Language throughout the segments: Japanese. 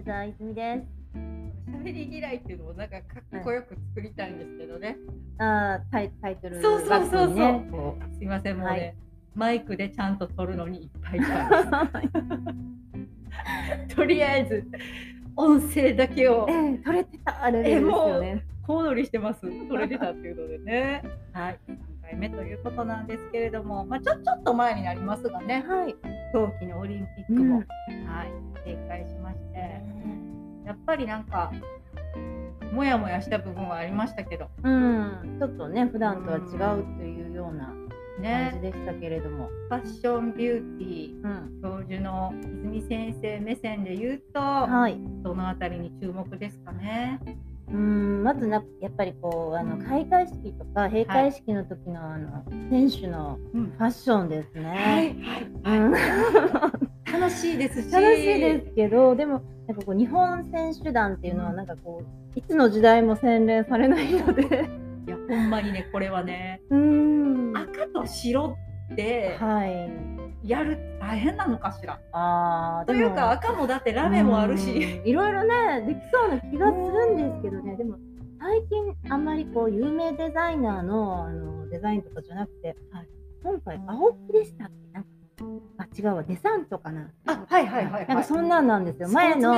米沢泉です。 喋り嫌いっていうのをなんかかっこよく作りたいんですけどね。 タイトルそうバックにね。 すいませんもうね、 はい、 マイクでちゃんと撮るのにいっぱいいっぱいです。とりあえず音声だけを、 撮れてたレベルですよね。 もう小躍りしてます。撮れてたっていうのでね。はい、3回目ということなんですけれども、ちょっと前になりますがね。 はい。 冬季のオリンピックも、閉会しまして、やっぱりなんかもやもやした部分はありましたけど、 ちょっとね普段とは違うというような感じでしたけれども、 ファッションビューティー、教授の泉先生目線で言うと、どのあたりに注目ですかね。 まずやっぱりこう開会式とか閉会式の時の選手のファッションですね。 楽しいですけど、でもなんかこう日本選手団っていうのはなんかこういつの時代も洗練されないのでいやほんまにねこれはね赤と白ってやる大変なのかしら。というか赤もだってラメもあるしいろいろねできそうな気がするんですけどね。でも最近あんまりこう有名デザイナーのデザインとかじゃなくて、今回青木でしたっけ、なんか違うわ、デサントかな。なんかそんなんですよ。前の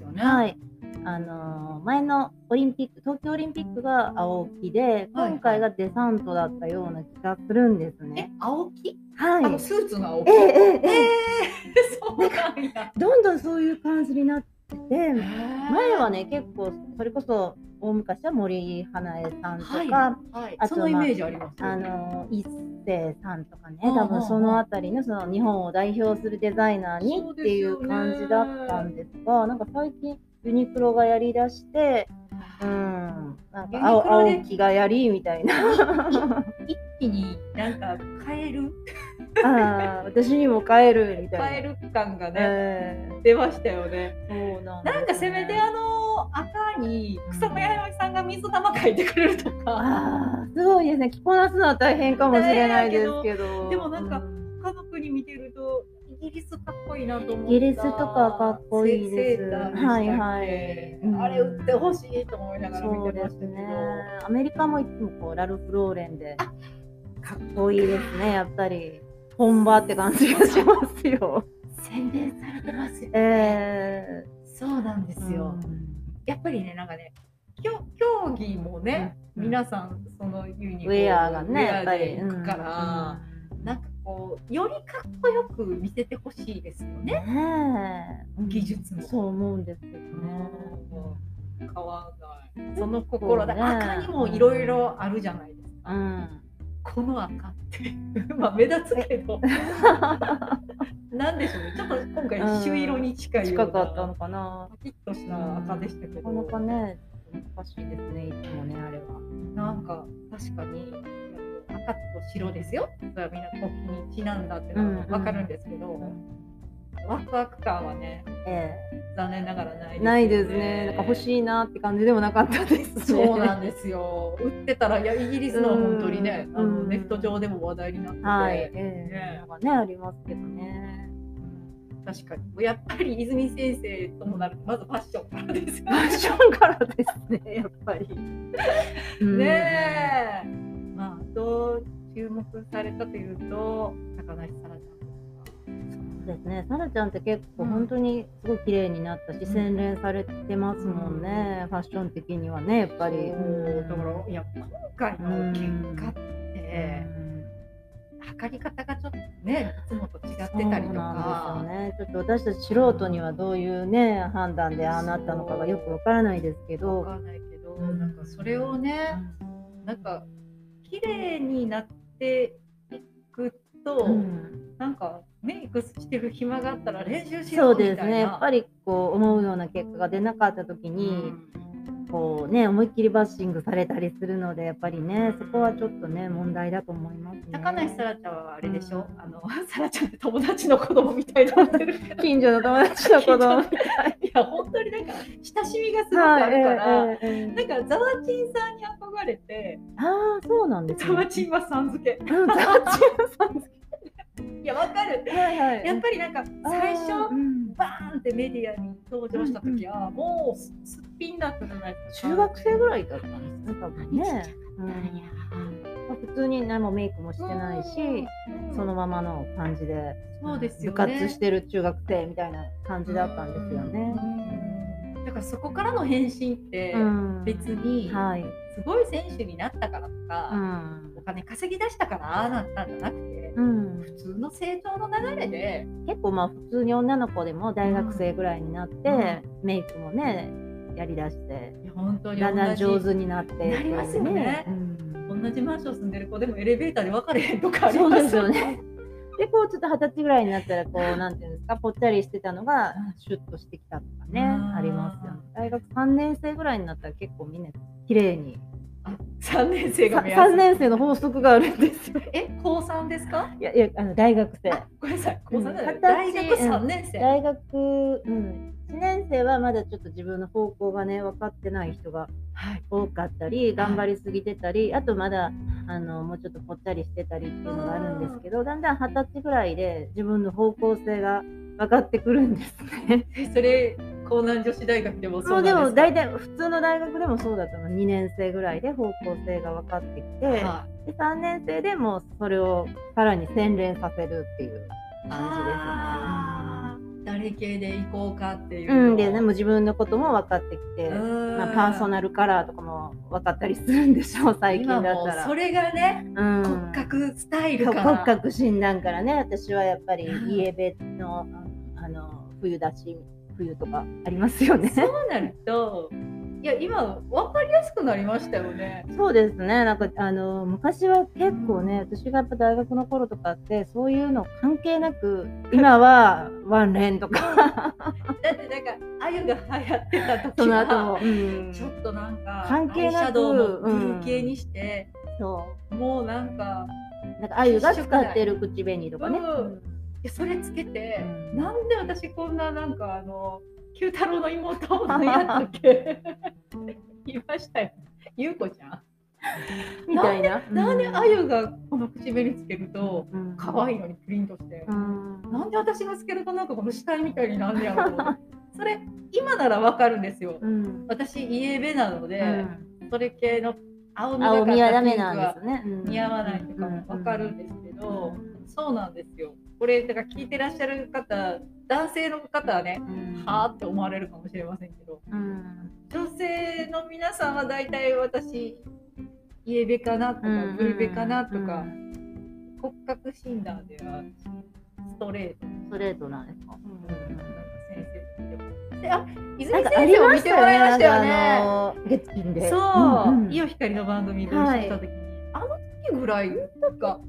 前のオリンピック、東京オリンピックが青木で、今回がデサントだったような気がするんですね。 青木？スーツの青木。そうなんや。 どんどんそういう感じになってて、前はね結構それこそ大昔は森英恵さんとか、 あとそのイメージあります。 一世さんとかね、多分そのあたりのその日本を代表するデザイナーにっていう感じだったんですが、なんか最近ユニクロがやりだして、なんか青木がやりみたいな一気になんか変える私にも変えるみたいな変える感がね、出ましたよね。なんかせめて赤に草間彌生さんが水玉描いてくれるとか、 すごいですね。着こなすのは大変かもしれないですけど、 でもなんか他の国見てるとイギリスかっこいいなと思った。 イギリスとかかっこいいです。 あれ売ってほしいと思いながら見てましたけど、 アメリカもいつもこうラルフローレンでかっこいいですね。やっぱり本場って感じがしますよ。 洗練されてますよね。そうなんですよ。やっぱりね、なんかね、競技もね、皆さんそのユニフォームがね、やっぱり行くから、なんかこうよりかっこよく見せてほしいですよね。技術も。 そう思うんですけどね。 変わらない。その心で赤にもいろいろあるじゃないですか。この赤って目立つけどなんでしょうね。ちょっと今回朱色に近いような近かったのかな。 パキッとした赤でしたけど、 なかなかね難しいですね。いつもねあれは。 なんか確かに赤と白ですよ。それはみんな国旗にちなんだっていうのは分かるんですけど、ワクワク感はね、残念ながらないですね。 なんか欲しいなって感じでもなかったですね。 そうなんですよ。売ってたらイギリスの本当にね、ネット上でも話題になってて、 なんかねありますけどね。 確かにやっぱり泉先生ともなるとまずファッションからですよね。 ファッションからですねやっぱり。 ねえ。どう注目されたというと高梨沙羅ちゃん。 そうですね。沙羅ちゃんって結構本当にすごい綺麗になったし、洗練されてますもんね。ファッション的にはねやっぱり。 だから今回の結果って測り方がちょっとねいつもと違ってたりとか。 ちょっと私たち素人にはどういうね判断でああなったのかがよくわからないですけど。 なんかそれをね、なんか綺麗になっていくと、なんかメイクしてる暇があったら練習しようみたいな。そうですね。やっぱりこう思うような結果が出なかった時に、こうね思いっきりバッシングされたりするので、やっぱりねそこはちょっとね問題だと思いますね。高梨沙羅ちゃんはあれでしょ。沙羅ちゃんって友達の子供みたいになってるけど。 近所の友達の子供みたい。 いや本当になんか親しみがすごくあるから、なんかザワチンさんに憧れて。 そうなんですね。 ザワチンはさん付け。 ザワチンはさん付け。 いやわかる。やっぱりなんか最初バーンってメディアに登場した時は、もうすっぴんだったじゃないですか。 中学生ぐらいだったんですね、多分ね。普通に何もメイクもしてないし、そのままの感じで、 そうですよね、 部活してる中学生みたいな感じだったんですよね。 だからそこからの変身って別にすごい選手になったからとか、お金稼ぎ出したからああなったんじゃなくて、普通の成長の流れで、 結構まあ普通に女の子でも大学生ぐらいになって、メイクもねやりだして、 本当にだんだん上手になってなりますよね。同じマンション住んでる子でもエレベーターで分かれへんとかありますよね。 そうですよね。でこうちょっと20歳ぐらいになったらこうなんていうんですか、ぽっちゃりしてたのがシュッとしてきたとかね、ありますよね。大学3年生ぐらいになったら結構みんな綺麗に。 3年生が目安。 3年生の法則があるんですよ。 高3ですか？ いや大学生。 ごめんなさい、高3じゃない、大学3年生。 大学、1年生はまだちょっと自分の方向がね分かってない人が多かったり、頑張りすぎてたり、あとまだもうちょっとぽっちゃりしてたりっていうのがあるんですけど、だんだん20歳ぐらいで自分の方向性が分かってくるんですね。 それ江南女子大学でもそうなんですか？ でも大体普通の大学でもそうだったの。2年生ぐらいで方向性が分かってきて、で3年生でもそれをさらに洗練させるっていう感じですね。 誰系で行こうかっていうでも自分のことも分かってきて、パーソナルカラーとかも分かったりするんでしょう、最近だったら。 それがね、骨格スタイルから骨格診断からね。私はやっぱりイエベの冬とかありますよね。 そうなると、いや今分かりやすくなりましたよね。 そうですね。なんか昔は結構ね、私がやっぱ大学の頃とかってそういうの関係なく、今はワンレンとかだってなんかあゆが流行ってた時はその後も、ちょっとなんか関係なくアイシャドウもブルー系にして、もうなんかあゆが使ってる口紅とかね、 それつけて、なんで私こんななんか九太郎の妹なんやったっけ言いましたよ、ゆうこちゃんみたいな。なんであゆがこの口紅つけると可愛いのにプリントして、なんで私がつけるとなんかこの死体みたいになんねやろうそれ今ならわかるんですよ。私イエベなので、それ系の青みがかったピンクは似合わないとかもわかるんですけど、そうなんですよ。これだから聞いてらっしゃる方、男性の方はね、はあって思われるかもしれませんけど、女性の皆さんはだいたい私イエベかなとかブルベかなとか、骨格診断ではストレートなんですか？先生で、泉先生を見てもらいましたよね。 月金で。 そう、伊予光の番組で一緒にした時に、あの時ぐらいなんか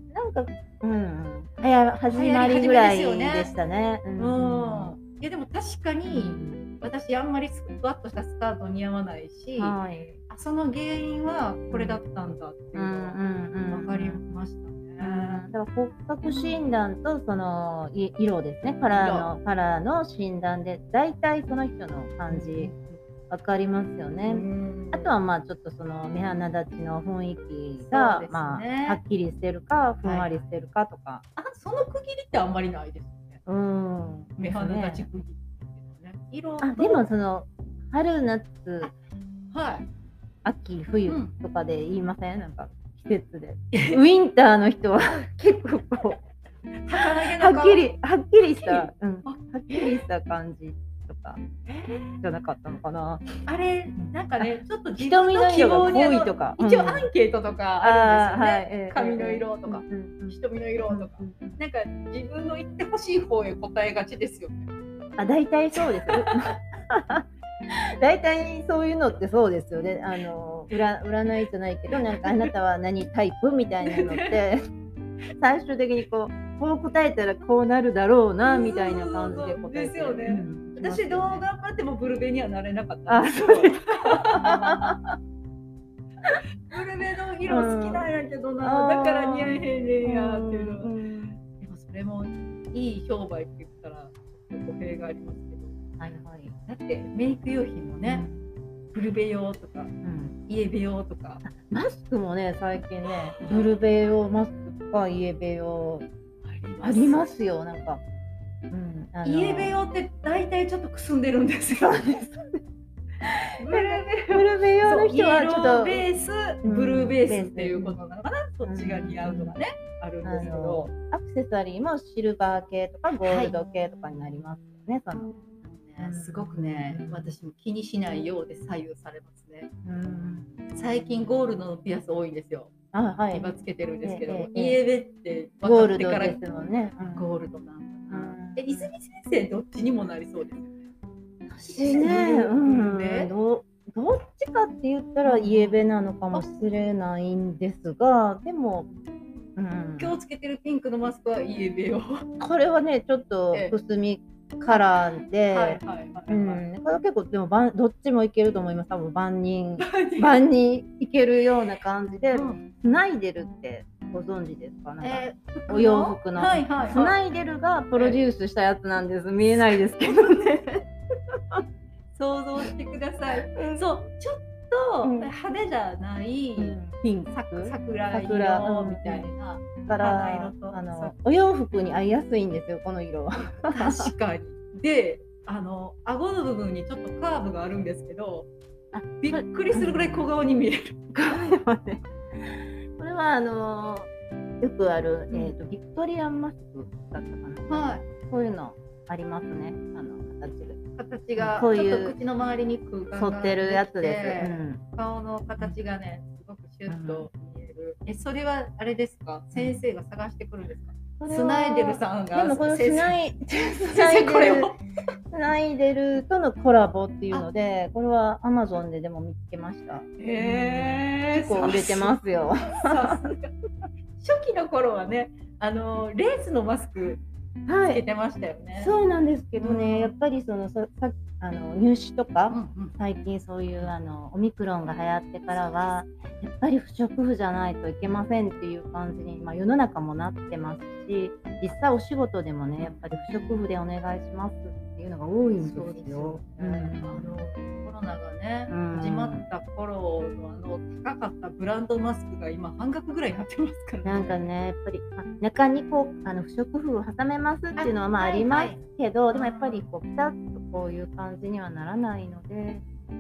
始まりぐらいでしたね。 いやでも確かに私あんまりスクワッとしたスカート似合わないし、その原因はこれだったんだっていうのが分かりましたね。 だから骨格診断とその色ですね、カラーの診断でだいたいその人の感じ分かりますよね。あとはまあちょっとその目鼻立ちの雰囲気が、まあはっきりしてるかふんわりしてるかとか、 その区切りってあんまりないですね。目鼻立ち区切り色でもその春夏秋冬とかで言いません？なんか季節でウィンターの人は結構こうはっきりした感じとかじゃなかったのかな。 あれなんかね、ちょっと自分の希望にとか、 一応アンケートとかあるんですよね。髪の色とか瞳の色とか、なんか自分の言ってほしい方へ答えがちですよね。 大体そうです。大体そういうのってそうですよね。占いじゃないけど、なんかあなたは何タイプみたいなのって最終的にこう答えたらこうなるだろうなみたいな感じで答えて。ですよね。 私どう頑張ってもブルベにはなれなかったんですよ。ブルベの色好きなんやけどな、だから似合えへんねんやっていうの。でもそれもいい商売って言ったら語弊がありますけど。だってメイク用品もね、ブルベ用とか、イエベ用とか、 マスクもね最近ねブルベ用マスクとかイエベ用ありますよ。なんかイエベ用って大体ちょっとくすんでるんですよ。 ブルベ用の人はちょっとイエローベース、ブルーベースっていうことなのかな、そっちが似合うとかね、あるんですけど、 アクセサリーもシルバー系とかゴールド系とかになりますよね、そのすごくね、私も気にしないようで左右されますね。最近ゴールドのピアス多いんですよ。今つけてるんですけど、イエベって分かってからゴールドですもんね。 ゴールドなんだな。泉先生どっちにもなりそうですよね。 私ね、どっちかって言ったらイエベなのかもしれないんですが、でも、 今日つけてるピンクのマスクはイエベを。 これはねちょっとくすみカラーで、これは結構でもどっちもいけると思います。多分万人いけるような感じで、スナイデルってご存知ですか？お洋服のスナイデルがプロデュースしたやつなんです。見えないですけどね。 想像してください。そうちょっと派手じゃないピンク、桜色みたいな。 からお洋服に合いやすいんですよ、この色は。 確かに。で、顎の部分にちょっとカーブがあるんですけど、びっくりするぐらい小顔に見える。 これはよくあるビクトリアンマスクだったかな。こういうのありますね。 形がちょっと口の周りに空間が沿ってるやつです。 顔の形がね、すごくシュッと見える。それはあれですか？先生が探してくるんですか？スナイデルさんが。 でもこのスナイデルとのコラボっていうので、これは Amazon でも見つけました。結構売れてますよ。 初期の頃はね、レースのマスクつけてましたよね。 そうなんですけどね、やっぱりその入試とか、最近そういうオミクロンが流行ってからはやっぱり不織布じゃないといけませんっていう感じに、世の中もなってますし、実際お仕事でもねやっぱり不織布でお願いしますっていうのが多いんですよ。 コロナがね、始まった頃の高かったブランドマスクが今半額ぐらいになってますからね。 なんかね、やっぱり中にこう不織布を挟めますっていうのはありますけど、でもやっぱりこうピタッとこういう感じにはならないのでフ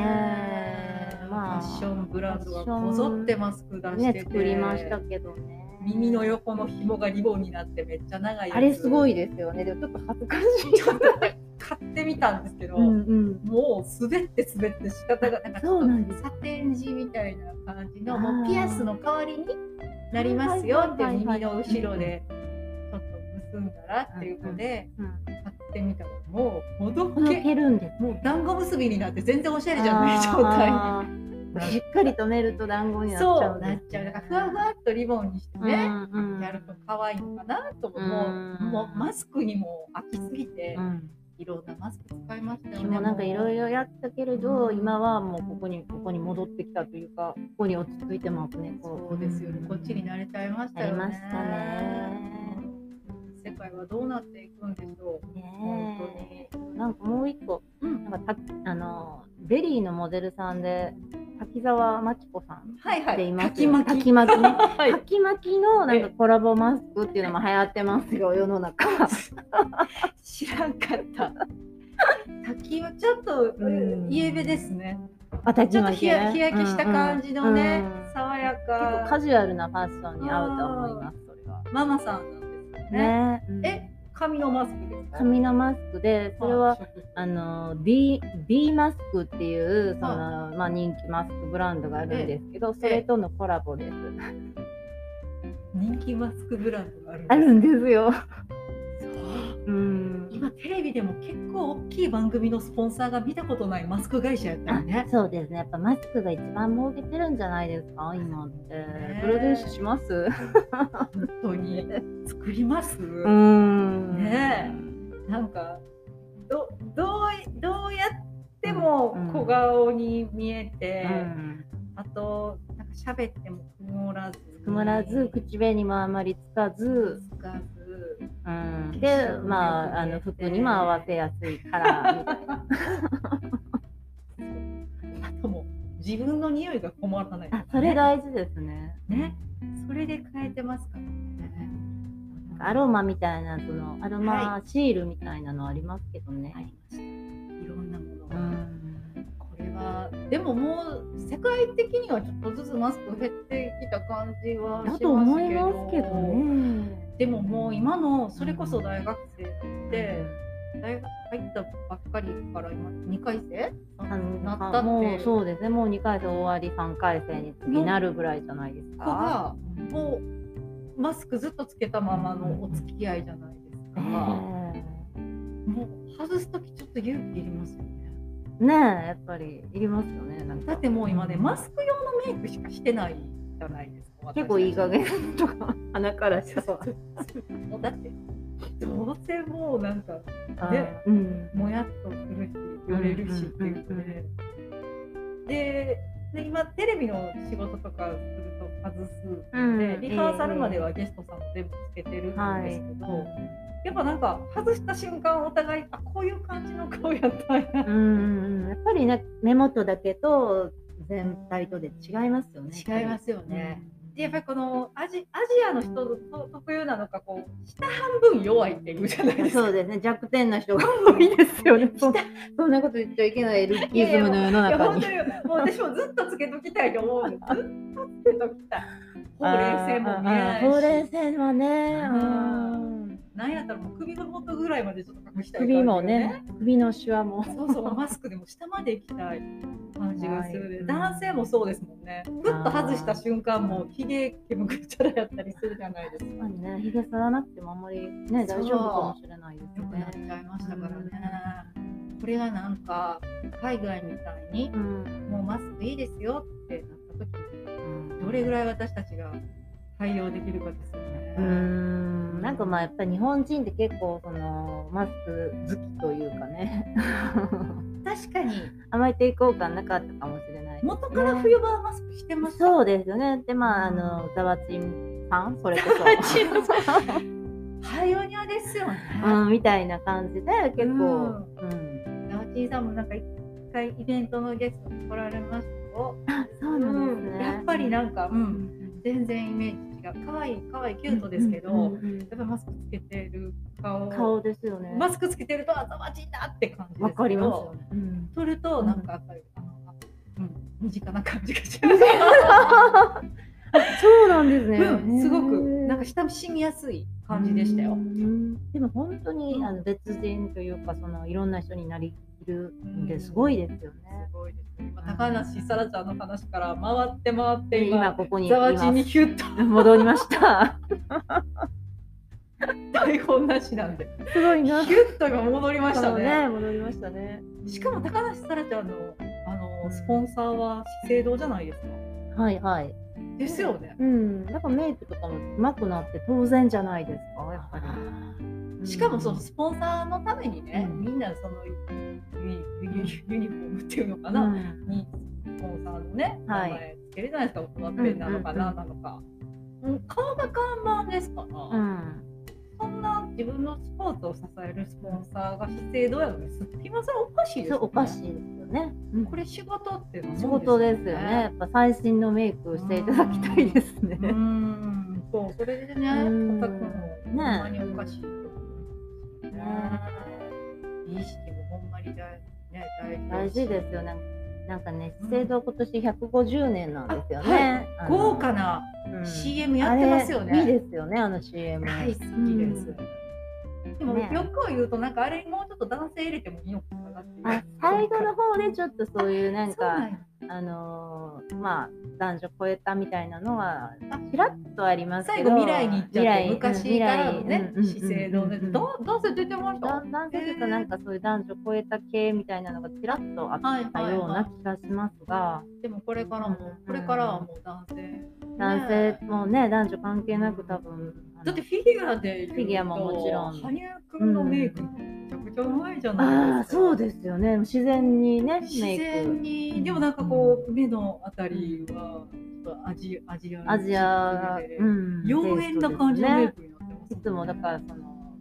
ァッションブランドがこぞってマスク出してて、 作りましたけどね。 耳の横の紐がリボンになってめっちゃ長いやつ。 あれすごいですよね。でもちょっと恥ずかしい。 買ってみたんですけど、もう滑って仕方がなんかちょっとサテン地みたいな感じのもうピアスの代わりになりますよって耳の後ろでちょっと結んだらっていうので買ってみたら、もうほどけるんです。もう団子結びになって全然おしゃれじゃない状態に。 しっかり留めると団子になっちゃう。 そうなっちゃう。だからふわふわっとリボンにしてね、やると可愛いのかなと思う。もうマスクにも飽きすぎて、いろんなマスク使いましたよね。 もうなんかいろいろやったけれど、今はもうここに戻ってきたというか、ここに落ち着いてますね。 そうですよね。こっちに慣れちゃいましたよね。 慣れましたね。 世界はどうなっていくんでしょう。本当に。 なんかもう一個、なんかベリーのモデルさんで滝沢真知子さんっています。滝巻きのなんかコラボマスクっていうのも流行ってますよ、世の中。 知らんかった。滝はちょっとイエベですね。ちょっと日焼けした感じのね、爽やか。 結構カジュアルなファッションに合うと思います。それは。 ママさんなんですよね。紙のマスクですか？ 紙のマスクで、それはB マスクっていうその人気マスクブランドがあるんですけど、それとのコラボです。 人気マスクブランドがあるんですよ。 今テレビでも結構大きい番組のスポンサーが見たことないマスク会社やったりね。 そうですね。やっぱマスクが一番儲けてるんじゃないですか今って。プロデュースします？ 本当に作ります？ねえ、なんかどうやっても小顔に見えて、あとなんか喋っても曇らず口紅もあまりつかず。で、服にも合わせやすいカラーみたいな。 あとも自分の匂いが困らない、 それ大事ですね。 ね、それで変えてますからね。 アロマみたいな、そのアロマシールみたいなのありますけどね。 ありました。いろんなものが。これはでももう世界的にはちょっとずつマスク減ってきた感じはしますけど。 だと思いますけどね。 でももう今のそれこそ大学生って大学入ったばっかりから今2回生なったって。 もうそうですね。もう2回生終わり3回生に次なるぐらいじゃないですか。 がもうマスクずっとつけたままのお付き合いじゃないですか。もう外すときちょっと勇気いりますよね。 ねえ、やっぱりいりますよね。なんかだってもう今ね、マスク用のメイクしかしてないじゃないですか。 結構いい加減とか鼻からしたらもうだってどうせもうなんかね、もやっとするし揺れるしっていうので、今テレビの仕事とかすると外すので、リハーサルまではゲストさんも全部つけてるんですけど、やっぱなんか外した瞬間お互いこういう感じの顔やったんや。 やっぱりね、目元だけと全体とで違いますよね。 違いますよね。でやっぱりこのアジアの人特有なのか、こう下半分弱いっていうじゃないですか。 そうですね、弱点な人が多いですよね。そんなこと言っちゃいけないルッキズムの世の中に。 いや本当にもう私もずっとつけときたいと思うんです。ずっとつけときたい。ほうれい線も見えないし。 ほうれい線はね。 なんやったらもう首の元ぐらいまでちょっと隠したい感じ、 首もね、首のシワも。 そうそう、マスクでも下まで行きたい感じがする。男性もそうですもんね。ふっと外した瞬間もひげ毛むくちゃらやったりするじゃないですか。 ね、ひげ剃らなくてもあんまりね、大丈夫かもしれないですね。 よくなっちゃいましたからね。これがなんか海外みたいに、もうマスクいいですよってなった時に、どれぐらい私たちが対応できるかですよね。 なんかまあやっぱり日本人って結構そのマスク好きというかね確かにあまり抵抗感なかったかもしれないですね。 元から冬場はマスクしてました。 そうですよね。でまあザワチンさんそれこそパイオニアですよね、 みたいな感じで結構ザワチンさんもなんか一回イベントのゲストに来られましたよ。 そうなんですね。 やっぱりなんか全然イメージ違う。可愛いキュートですけど、やっぱマスクつけてる顔ですよね。 マスクつけてるとザワチンだって感じですけど。 わかりますよね。 取るとなんかやっぱり身近な感じがします。 そうなんですね。 すごくなんか親しみやすい感じでしたよ。 でも本当に別人というかそのいろんな人になりきるんですごいですよね。 すごいです。高梨沙羅ちゃんの話から回って今ここにザワチンにヒュッと戻りました。 台本なしなんで。 すごいな。 ヒュッとが戻りましたね。 戻りましたね。 しかも高梨沙羅ちゃんのスポンサーは資生堂じゃないですか。 はいはい。 ですよね。 だからメイクとかも上手くなって当然じゃないですか、やっぱり。しかもそのスポンサーのためにね、みんなそのユニフォームっていうのかな、にスポンサーのね、名前つけるじゃないですか、大人ペンなのかなのか。顔が看板ですから。そんな自分のスポーツを支えるスポンサーが資生堂やのにすっぴんはそれおかしいですよね。 おかしいですよね。 これ仕事って仕事ですよね。やっぱ最新のメイクしていただきたいですね。 そう、それでね、お宅もほんまにおかしいと思うね。美意識もほんまに大事ですよね。なんかね、資生堂今年150年なんですよね。 豪華な CM やってますよね。 いいですよね、あの CM。 大好きです。でも欲を言うとなんかあれにもうちょっと男性入れてもいいのかなっていう。 最後の方でちょっとそういうなんかまあ男女超えたみたいなのはちらっとありますけど、 最後未来に行っちゃって昔からのね資生堂で男性出てました。 男性というかなんかそういう男女超えた系みたいなのがちらっとあったような気がしますが、 でもこれからはもう男性もね男女関係なく多分だってフィギュアももちろん羽生くんのメイクめちゃくちゃうまいじゃないですか。 そうですよね。自然にねメイク。 自然にでもなんかこう目のあたりはちょっとアジア妖艶な感じのメイクになってます。 いつもだからその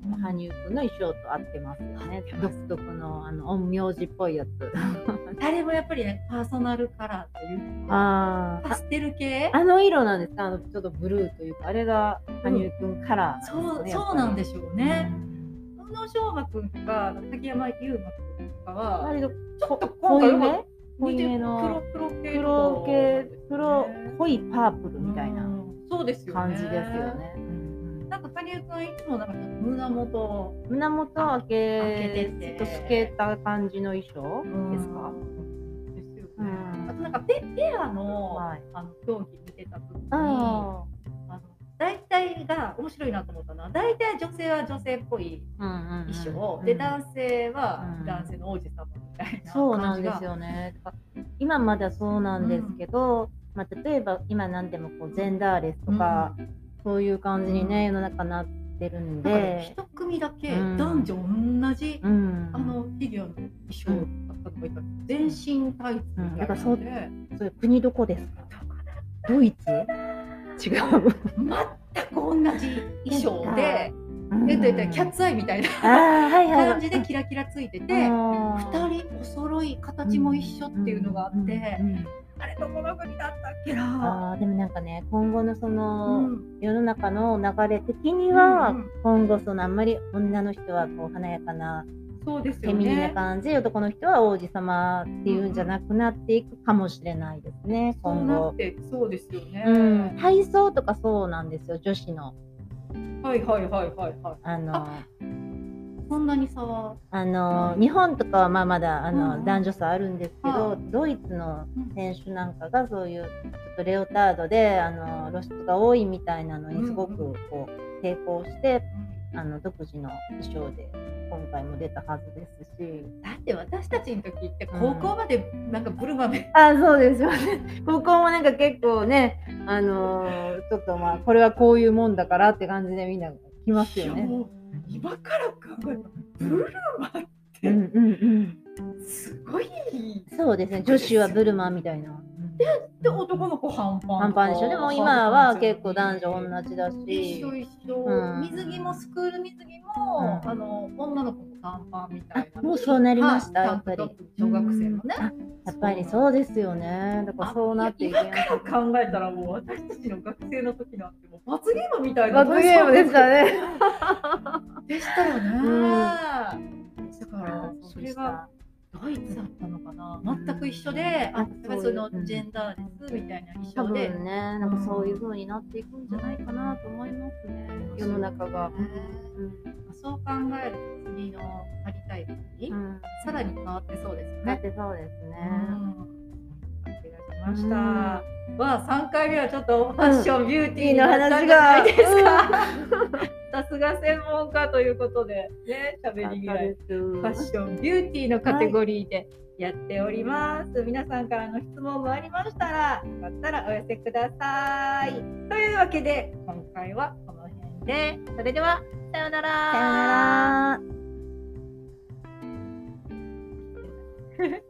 羽生くんの衣装と合ってますよね。独特の陰陽師っぽいやつ。 あれもやっぱりね、パーソナルカラーというか、パステル系、 色なんですか？ちょっとブルーというか、あれが羽生くんカラーなんですね。 そうなんでしょうね。宇野昌磨くんとか竹山優馬くんとかは割とちょっと濃いめの黒濃いパープルみたいな感じですよね。 なんか羽生くんいつもなんか胸元開けてて透けた感じの衣装ですか？ ですよね。あとなんかペアの競技見てた時に大体が面白いなと思ったのは、大体女性は女性っぽい衣装で、男性は男性の王子様みたいな感じが。 そうなんですよね。今まだそうなんですけど、例えば今何でもこうジェンダーレスとか、そういう感じにね、世の中なってるんで、 一組だけ男女同じ、フィギュアの衣装だったのがいた。全身タイツみたいな。 だからそういう国どこですか？ドイツ？違う。 全く同じ衣装で、キャッツアイみたいな感じでキラキラついてて、2人お揃い、形も一緒っていうのがあって、あれどこの国だったっけな。 でもなんかね、今後のその世の中の流れ的には、今後そのあんまり女の人はこう華やかなフェミニンな感じ、男の人は王子様っていうんじゃなくなっていくかもしれないですね、今後。 そうですよね。 体操とかそうなんですよ、女子の。 そんなに差は日本とかはまだ男女差あるんですけど、ドイツの選手なんかがそういうちょっとレオタードで露出が多いみたいなのにすごくこう抵抗して、独自の衣装で今回も出たはずですし。 だって私たちの時って高校までなんかブルマで、 そうですよね。高校もなんか結構ね、ちょっとこれはこういうもんだからって感じでみんな来ますよね。 今から考えたらブルマってすごい。 そうですね。女子はブルマみたいな。 で男の子半パンでしょ。でも今は結構男女同じだし。 一緒。水着もスクール水着も女の子も短パンみたいな。 もうそうなりました。やっぱり小学生のね。 やっぱりそうですよね。だからそうなっていけない。 今から考えたらもう私たちの学生の時なんてもう罰ゲームみたいな。 罰ゲームでしたね。 でしたよね。だからそれがドイツだったのかな。全く一緒で、そのジェンダーレスみたいな衣装で、 多分ね、なんかそういう風になっていくんじゃないかなと思いますね。世の中が。 そう考えると次のなりたい時、さらに変わってそうですね。 変わってそうですね。 気がしました。3回目はちょっファッションビューティーの話がですか。さすが専門家ということでね、喋り嫌いファッションビューティーのカテゴリーでやっております。皆さんからの質問もありましたら、よかったらお寄せください。というわけで今回はこの辺で、それではさようなら。 さようなら。